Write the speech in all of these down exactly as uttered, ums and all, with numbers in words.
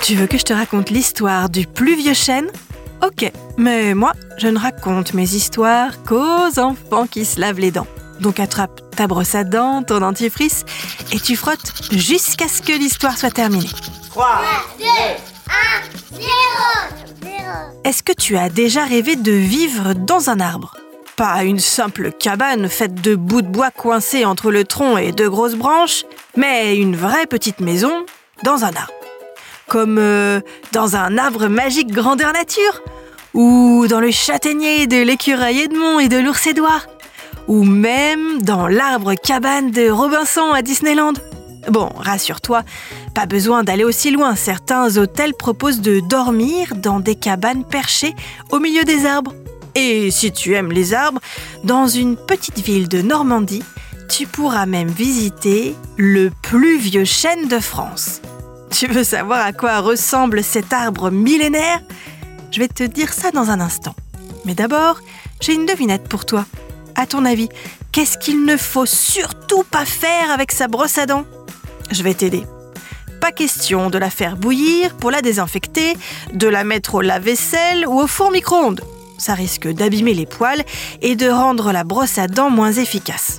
Tu veux que je te raconte l'histoire du plus vieux chêne ? Ok, mais moi, je ne raconte mes histoires qu'aux enfants qui se lavent les dents. Donc attrape ta brosse à dents, ton dentifrice, et tu frottes jusqu'à ce que l'histoire soit terminée. trois, deux, un, zéro. Est-ce que tu as déjà rêvé de vivre dans un arbre ? Pas une simple cabane faite de bouts de bois coincés entre le tronc et deux grosses branches, mais une vraie petite maison dans un arbre. Comme euh, dans un arbre magique grandeur nature, ou dans le châtaignier de l'écureuil Edmond et de l'ours Édouard, ou même dans l'arbre cabane de Robinson à Disneyland. Bon, rassure-toi, pas besoin d'aller aussi loin. Certains hôtels proposent de dormir dans des cabanes perchées au milieu des arbres. Et si tu aimes les arbres, dans une petite ville de Normandie, tu pourras même visiter le plus vieux chêne de France. Tu veux savoir à quoi ressemble cet arbre millénaire ? Je vais te dire ça dans un instant. Mais d'abord, j'ai une devinette pour toi. À ton avis, qu'est-ce qu'il ne faut surtout pas faire avec sa brosse à dents ? Je vais t'aider. Pas question de la faire bouillir pour la désinfecter, de la mettre au lave-vaisselle ou au four micro-ondes. Ça risque d'abîmer les poils et de rendre la brosse à dents moins efficace.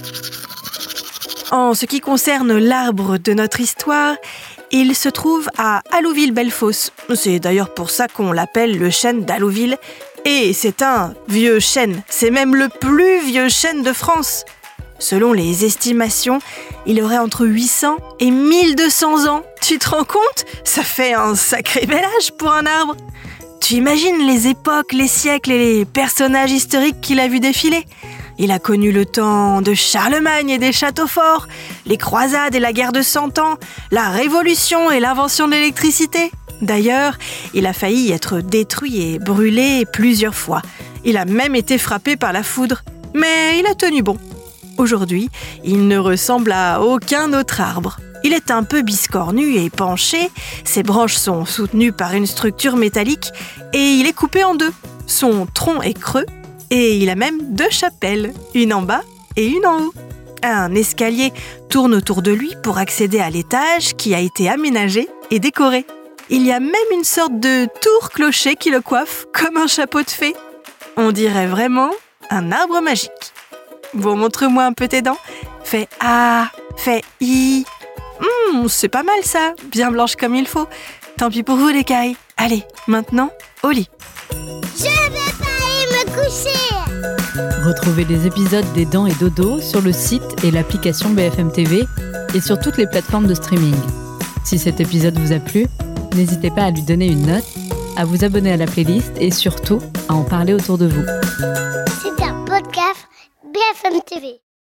En ce qui concerne l'arbre de notre histoire, il se trouve à Allouville-Bellefosse. C'est d'ailleurs pour ça qu'on l'appelle le chêne d'Allouville. Et c'est un vieux chêne. C'est même le plus vieux chêne de France. Selon les estimations, il aurait entre huit cents et mille deux cents ans. Tu te rends compte ? Ça fait un sacré bel âge pour un arbre. Tu imagines les époques, les siècles et les personnages historiques qu'il a vu défiler ? Il a connu le temps de Charlemagne et des châteaux forts, les croisades et la guerre de Cent Ans, la Révolution et l'invention de l'électricité. D'ailleurs, il a failli être détruit et brûlé plusieurs fois. Il a même été frappé par la foudre, mais il a tenu bon. Aujourd'hui, il ne ressemble à aucun autre arbre. Il est un peu biscornu et penché, ses branches sont soutenues par une structure métallique et il est coupé en deux. Son tronc est creux et il a même deux chapelles, une en bas et une en haut. Un escalier tourne autour de lui pour accéder à l'étage qui a été aménagé et décoré. Il y a même une sorte de tour-clocher qui le coiffe comme un chapeau de fée. On dirait vraiment un arbre magique. Bon, montre-moi un peu tes dents. Fais A, fais I. Hum, c'est pas mal ça, bien blanche comme il faut. Tant pis pour vous les cailles. Allez, maintenant, au lit. Je vais pas aller me coucher. Retrouvez les épisodes des Dents et Dodo sur le site et l'application B F M T V et sur toutes les plateformes de streaming. Si cet épisode vous a plu, n'hésitez pas à lui donner une note, à vous abonner à la playlist et surtout à en parler autour de vous. C'est un podcast B F M T V.